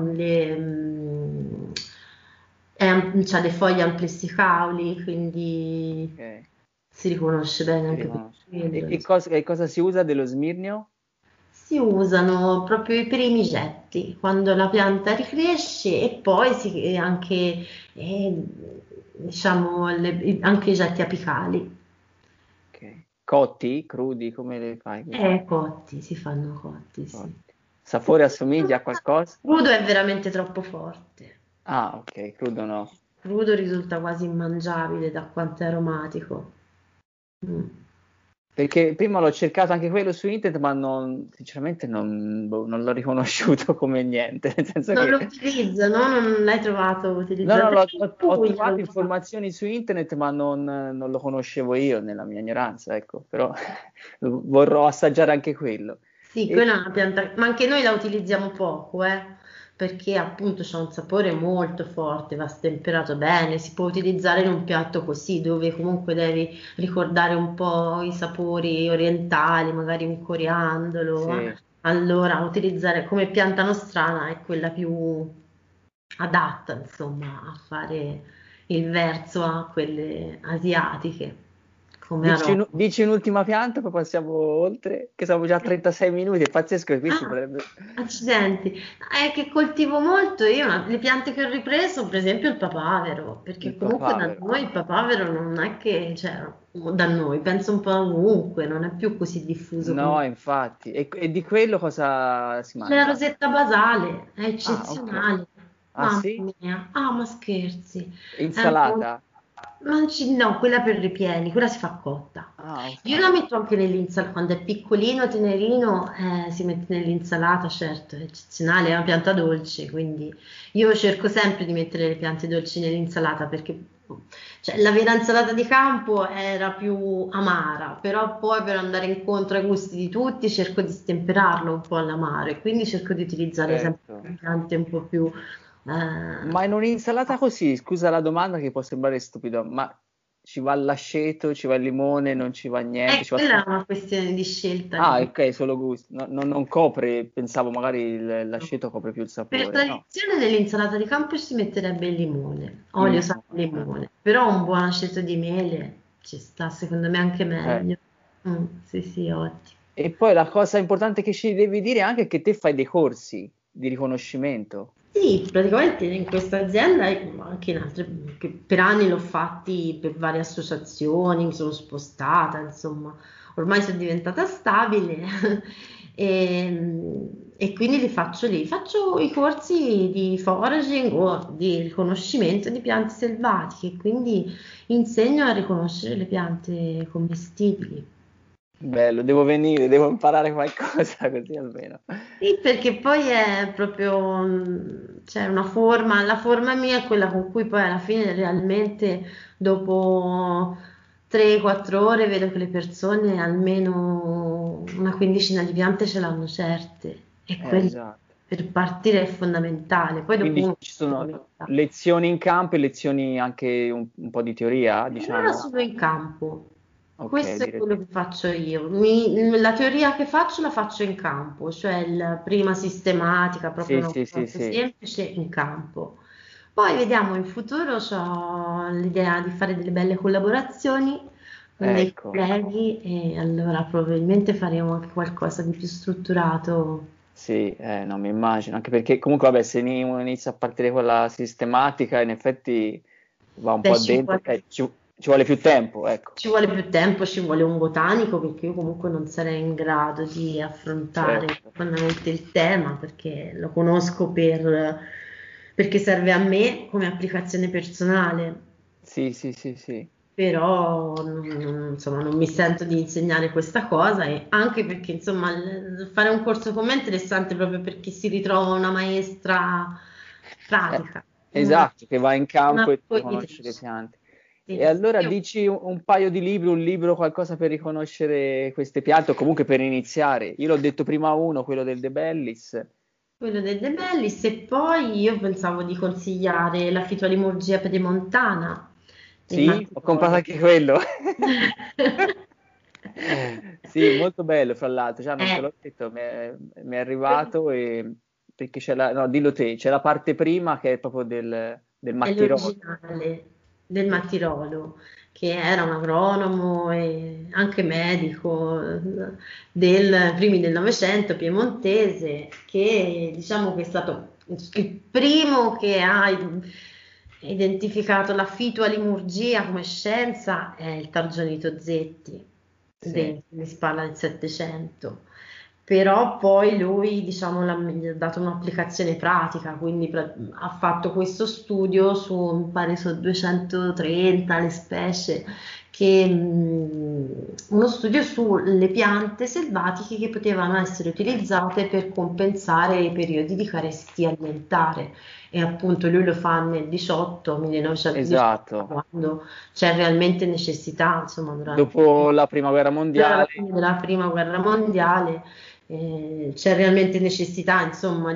c'ha le foglie amplessicauli, quindi Ok, si riconosce bene si anche per riconosce. quello. E cosa si usa dello Smirnio? Si usano proprio i primi getti, quando la pianta ricresce e poi anche, diciamo, anche i getti apicali. Ok. Cotti, crudi, come le fai questi? Cotti, si fanno cotti, sì. Cotti. Sapore assomiglia a qualcosa? Crudo è veramente troppo forte. Ah, ok, crudo no. Crudo risulta quasi immangiabile da quanto è aromatico. Mm. Perché prima l'ho cercato anche quello su internet, ma sinceramente non l'ho riconosciuto come niente, nel senso Non che... lo utilizzo, no? Non l'hai trovato No, no, utilizzato. ho Puglia trovato lo fa. informazioni su internet, ma non lo conoscevo io nella mia ignoranza, ecco, però vorrò assaggiare anche quello. Sì, E quella è una pianta, ma anche noi la utilizziamo poco, perché appunto c'ha un sapore molto forte, va stemperato bene, si può utilizzare in un piatto così, dove comunque devi ricordare un po' i sapori orientali, magari un coriandolo. sì, Allora, utilizzare come pianta nostrana è quella più adatta, insomma, a fare il verso a quelle asiatiche come aroma. dici un'ultima pianta, poi passiamo oltre, che siamo già a 36 minuti, è pazzesco, e qui si Ah, potrebbe... accidenti, è che coltivo molto io, le piante che ho ripreso, per esempio il papavero, Il perché comunque da papavero. noi il papavero non è che, cioè, da noi, penso un po' ovunque, non è più così diffuso come... No, infatti. E di quello cosa si La mangia? rosetta basale è Ah, ok. eccezionale, Ah, mamma sì? mia, ah ma scherzi, Insalata? no, quella per ripieni, quella si fa cotta. Ah, ok. Io la metto anche nell'insalata, quando è piccolino, tenerino, si mette nell'insalata, certo, è eccezionale, è una pianta dolce, quindi io cerco sempre di mettere le piante dolci nell'insalata perché cioè, la vera insalata di campo era più amara, però poi per andare incontro ai gusti di tutti cerco di stemperarlo un po' all'amaro e quindi cerco di utilizzare sempre Certo. piante un po' più... Ma in un'insalata così, scusa la domanda che può sembrare stupido, ma ci va l'aceto, ci va il limone, non ci va niente, ci va quella solo... è una questione di scelta di Ah, gusto. ok, solo gusto. Non copre, pensavo magari l'aceto copre più il Per sapore. No. tradizione nell'insalata di campo ci metterebbe il limone, Il olio, sale e limone. limone, però un buon aceto di mele ci sta, secondo me anche meglio. Sì, sì, ottimo. E poi la cosa importante che ci devi dire anche è che te fai dei corsi di riconoscimento. Sì, praticamente in questa azienda, ma anche in altre, che per anni l'ho fatti per varie associazioni, mi sono spostata, insomma, ormai sono diventata stabile e quindi li faccio lì. Faccio i corsi di foraging o di riconoscimento di piante selvatiche, quindi insegno a riconoscere le piante commestibili. Bello, devo venire, devo imparare qualcosa così almeno. Sì, perché poi è proprio, c'è una forma, la forma mia è quella con cui poi alla fine realmente dopo 3-4 ore vedo che le persone almeno una quindicina di piante ce l'hanno certe e quello Esatto. per partire è fondamentale. Poi dopo Quindi uno ci si sono lamenta. lezioni in campo e lezioni anche un po' di teoria, Per ora diciamo. solo in campo, Ok, questo è quello direttamente. che faccio io. La teoria che faccio la faccio in campo, cioè la prima sistematica, proprio Sì, una sì, sì, cosa sì. semplice in campo. Poi vediamo in futuro, ho l'idea di fare delle belle collaborazioni con dei Ecco. colleghi e allora probabilmente faremo anche qualcosa di più strutturato. Sì, non mi immagino, anche perché comunque, vabbè, se uno inizia a partire con la sistematica, in effetti va un Beh, po' dentro, ci vuole più tempo, ecco, ci vuole più tempo, ci vuole un botanico perché io comunque non sarei in grado di affrontare certo. banalmente il tema perché lo conosco perché serve a me come applicazione personale, Sì, sì, sì, sì, però insomma, non mi sento di insegnare questa cosa e anche perché insomma, fare un corso con me è interessante proprio perché si ritrova una maestra Eh, pratica, esatto, che va in una campo e riconosce le raccoglitrice. piante. E Sì, allora io dici un paio di libri, un libro, qualcosa per riconoscere queste piante o comunque per iniziare. Io l'ho detto prima uno, quello del De Bellis. quello del De Bellis e poi io pensavo di consigliare la fitolimurgia pedemontana del Sì, ho comprato Martirolo. anche quello. Sì, molto bello, fra l'altro, già non te È l'ho detto, mi è arrivato perché c'è la, no, dillo te, c'è la parte prima che è proprio del è Mattirolo. l'originale del Sì, Martirolo, che era un agronomo e anche medico del primi del Novecento piemontese, che diciamo che è stato il primo che ha identificato la fitoalimurgia come scienza, è il Targionito Zetti, sì, si parla del Settecento. Però poi lui, diciamo, gli ha dato un'applicazione pratica, quindi ha fatto questo studio su, mi pare, su 230 le specie, uno studio sulle piante selvatiche che potevano essere utilizzate per compensare i periodi di carestia alimentare. E appunto lui lo fa nel 18, 1918, esatto. quando c'è realmente necessità, insomma, Dopo la prima guerra durante la mondiale, fine della prima guerra mondiale c'è realmente necessità, insomma,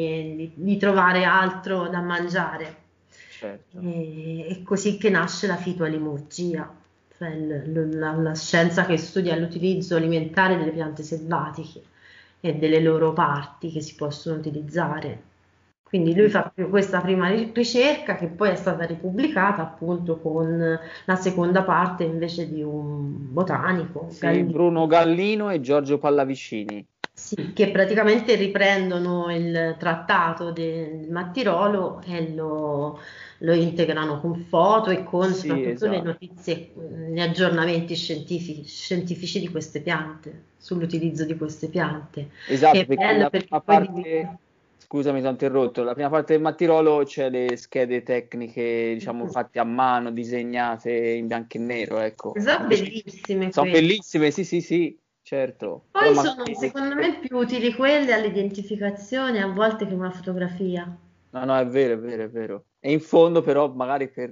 di trovare altro da mangiare. certo. E è così che nasce la fitoalimurgia, cioè la scienza che studia l'utilizzo alimentare delle piante selvatiche e delle loro parti che si possono utilizzare. Quindi lui Sì, fa questa prima ricerca che poi è stata ripubblicata appunto con la seconda parte invece di un botanico, sì, Gallini, Bruno Gallino e Giorgio Pallavicini. sì, che praticamente riprendono il trattato del Mattirolo e lo integrano con foto e con Sì, soprattutto le esatto. notizie, gli aggiornamenti scientifici di queste piante, sull'utilizzo di queste piante. Che Esatto, è perché bello la perché prima poi parte, scusami, ti ho interrotto, la prima parte del Mattirolo c'è le schede tecniche, diciamo, fatte a mano, disegnate in bianco e nero, ecco. sono Invece bellissime sono quelle. bellissime, sì, sì, sì, certo, però Poi sono magari... secondo me più utili quelle all'identificazione a volte che una fotografia. No, no, è vero, è vero, è vero. E in fondo però magari per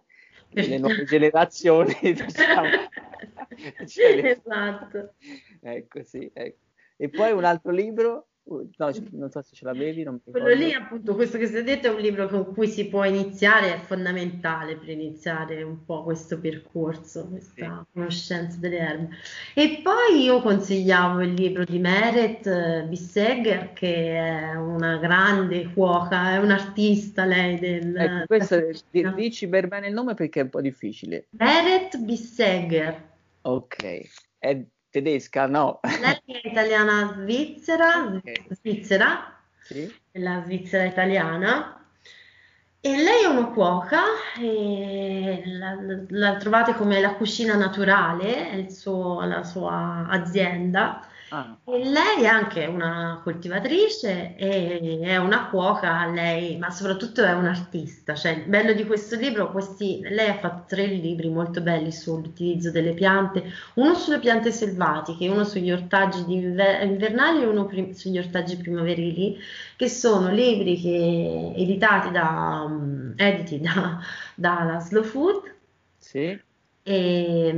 le Per- nuove generazioni, diciamo, cioè Esatto. ecco, sì, ecco. E poi un altro libro, no, non so se ce l'avevi, non mi Quello lì, ricordo. appunto, questo che si è detto è un libro con cui si può iniziare, è fondamentale per iniziare un po' questo percorso, Sì. questa conoscenza delle erbe. E poi io consigliavo il libro di Meret Bissegger, che è una grande cuoca, è un'artista lei Ecco, della questo, cucina. dici per bene il nome perché è un po' difficile. Meret Bissegger. Ok, è tedesca? No. Lei è italiana svizzera, Ok, svizzera, sì, è la Svizzera italiana, e lei è una cuoca, e la trovate come la cucina naturale, è la sua azienda, Ah, E lei è anche una coltivatrice e è una cuoca, lei, ma soprattutto è un'artista. Cioè, il bello di questo libro, lei ha fatto 3 libri molto belli sull'utilizzo delle piante, uno sulle piante selvatiche, uno sugli ortaggi invernali e uno sugli ortaggi primaverili, che sono libri editati editi dalla Slow Food sì? e,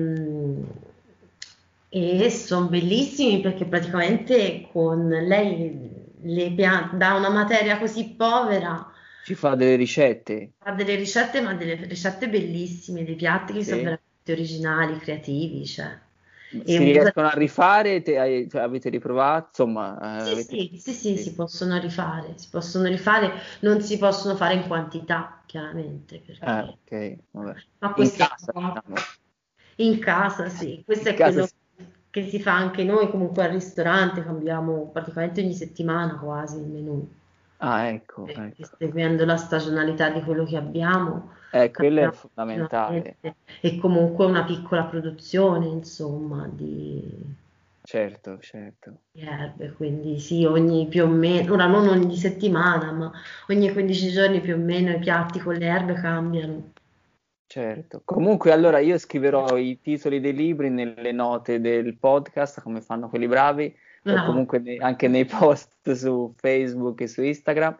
e sono bellissimi perché praticamente con lei le piante, da una materia così povera Ci fa delle ricette? fa delle ricette, ma delle ricette bellissime, dei piatti che sono Sì? veramente originali, creativi, cioè. E Si usa riescono a rifare? Cioè, avete riprovato? Insomma, Sì, avete... sì, sì, sì, Sì. si possono rifare, non si possono fare in quantità, chiaramente, perché Ok, vabbè. ma In questo è casa, diciamo. in casa, sì, questo In è casa quello sì. che si fa anche noi, comunque al ristorante, cambiamo praticamente ogni settimana quasi il menù, Ah, ecco, perché ecco. seguendo la stagionalità di quello che abbiamo, Quello è cambiamo fondamentale. continuamente. E comunque una piccola produzione, insomma, Certo, certo. di erbe, quindi sì, ogni più o meno, ora non ogni settimana, ma ogni 15 giorni più o meno i piatti con le erbe cambiano. Certo. Comunque, allora io scriverò i titoli dei libri nelle note del podcast, come fanno quelli bravi, o Bravo. comunque anche nei post su Facebook e su Instagram.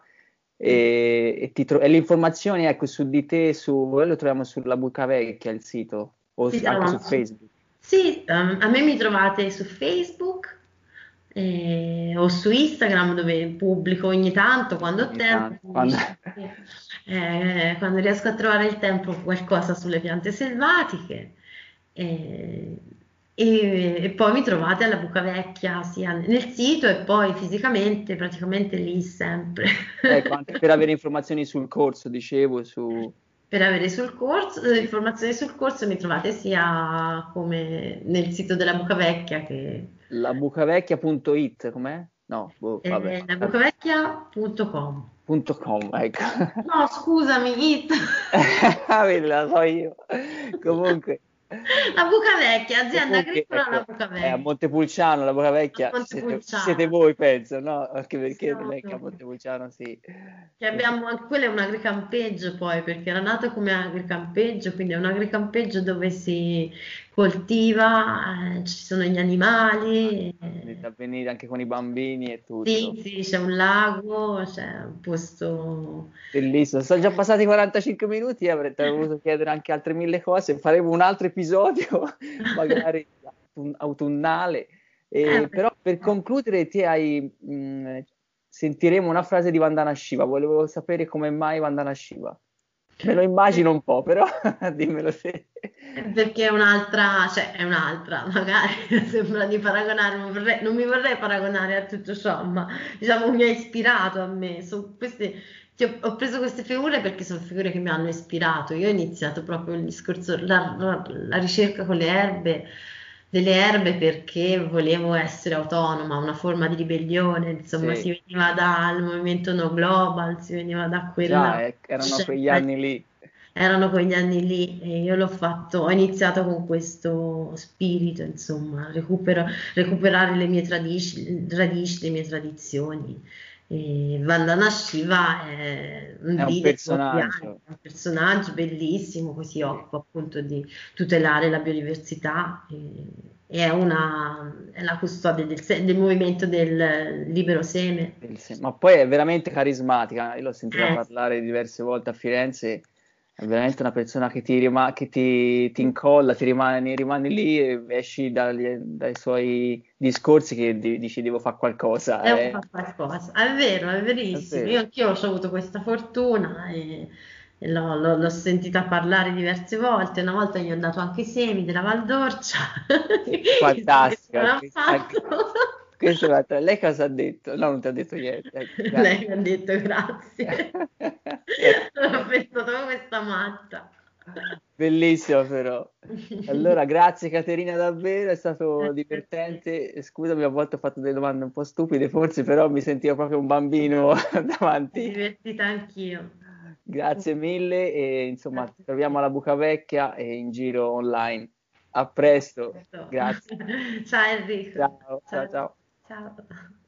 E le informazioni, ecco, su di te, lo troviamo sulla Buca Vecchia, il sito, o Si anche su trovano Facebook. Sì, a me mi trovate su Facebook o su Instagram dove pubblico ogni tanto quando ho Ogni tempo, tanto. Quando... quando riesco a trovare il tempo qualcosa sulle piante selvatiche. eh, e poi mi trovate alla Buca Vecchia sia nel sito e poi fisicamente, praticamente lì sempre. Ecco, anche per avere informazioni sul corso, dicevo, su Per avere informazioni sul corso mi trovate sia come nel sito della Buca Vecchia che labucavecchia.it, com'è? No, boh, vabbè. labucavecchia.com. .com, ecco. No, scusami, it. Vedi, la so io. Comunque, La Buca Vecchia, azienda comunque, agricola La ecco, Buca a Vecchia, Montepulciano, la a Bucavecchia, ci siete Montepulciano. voi, penso, no? Anche Ci perché siamo lei che a noi. Montepulciano, sì. Che abbiamo anche quello è un agricampeggio poi, perché era nato come agricampeggio, quindi è un agricampeggio dove si coltiva, ci sono gli animali. Potete avvenire anche con i bambini e tutto. Sì, sì, c'è un lago, c'è un posto. Bellissimo, sono già passati 45 minuti e avrete voluto chiedere anche altre 1000 cose. Faremo un altro episodio, magari autunnale. Però per Beh, concludere, sentiremo una frase di Vandana Shiva. Volevo sapere come mai Vandana Shiva. Me lo immagino un po', però dimmelo te. perché è un'altra, cioè è un'altra, magari sembra di paragonare, non mi vorrei paragonare a tutto ciò, ma diciamo mi ha ispirato a me. Ho preso queste figure perché sono figure che mi hanno ispirato. Io ho iniziato proprio il discorso, la ricerca con le erbe, delle erbe perché volevo essere autonoma, una forma di ribellione, insomma, Sì, si veniva dal movimento No Global, si veniva da già, quella erano quegli scelta. anni lì. Erano quegli anni lì e io l'ho fatto, ho iniziato con questo spirito, insomma, recuperare le mie radici, le mie tradizioni. E Vandana Shiva è un È un leader mondiale, personaggio. è un personaggio bellissimo, che si occupa appunto di tutelare la biodiversità e è la custode del movimento del libero seme. Ma poi è veramente carismatica, io l'ho sentita Sì. parlare diverse volte a Firenze, è veramente una persona che ti incolla, rimani lì e esci dai suoi discorsi che dici devo fare qualcosa, Devo fare qualcosa. È vero, è è verissimo. Io vero, anch'io ho avuto questa fortuna e l'ho sentita parlare diverse volte. Una volta gli ho dato anche i semi della Valdorcia. Chissà che fantastica, non ha fatto. questo lei cosa ha detto? No, non ti ha detto niente, ecco, grazie. Lei mi ha detto grazie. Ho pensato questa matta. Bellissimo però. Allora, grazie Caterina davvero, è stato Grazie a te. divertente. Scusami, a volte ho fatto delle domande un po' stupide, forse, però mi sentivo proprio un bambino Mi sono davanti. divertita anch'io. Grazie mille e insomma, Grazie a troviamo te. alla Buca Vecchia e in giro online. A presto, Perfetto. grazie. Ciao Enrico. Ciao, ciao, Ciao. ciao. Ciao.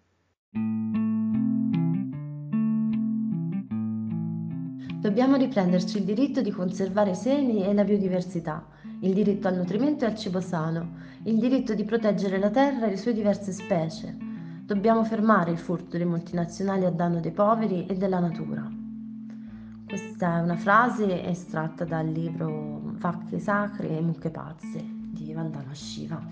Dobbiamo riprenderci il diritto di conservare i semi e la biodiversità, il diritto al nutrimento e al cibo sano, il diritto di proteggere la terra e le sue diverse specie. Dobbiamo fermare il furto dei multinazionali a danno dei poveri e della natura. Questa è una frase estratta dal libro Vacche sacre e mucche pazze di Vandana Shiva.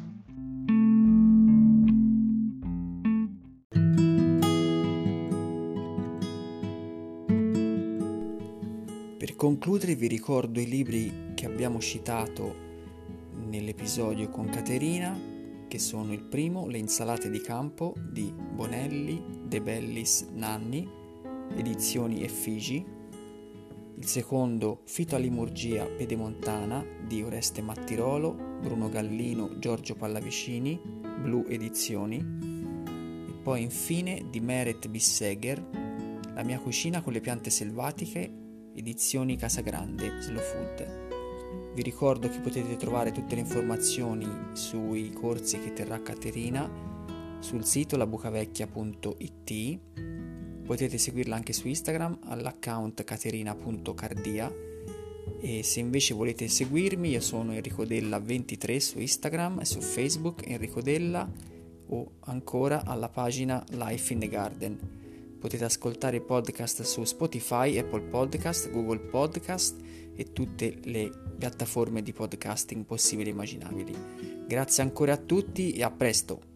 Per concludere vi ricordo i libri che abbiamo citato nell'episodio con Caterina, che sono il primo, Le insalate di campo di Bonelli, De Bellis, Nanni, edizioni Effigi, il secondo Fitolimurgia pedemontana di Oreste Mattirolo, Bruno Gallino, Giorgio Pallavicini, Blu Edizioni, e poi infine di Meret Bissegher, La mia cucina con le piante selvatiche, edizioni Casagrande, Slow Food. Vi ricordo che potete trovare tutte le informazioni sui corsi che terrà Caterina sul sito labucavecchia.it. Potete seguirla anche su Instagram all'account caterina.cardia, e se invece volete seguirmi io sono Enrico Della 23 su Instagram e su Facebook Enrico Della, o ancora alla pagina Life in the Garden. Potete ascoltare i podcast su Spotify, Apple Podcast, Google Podcast e tutte le piattaforme di podcasting possibili e immaginabili. Grazie ancora a tutti e a presto!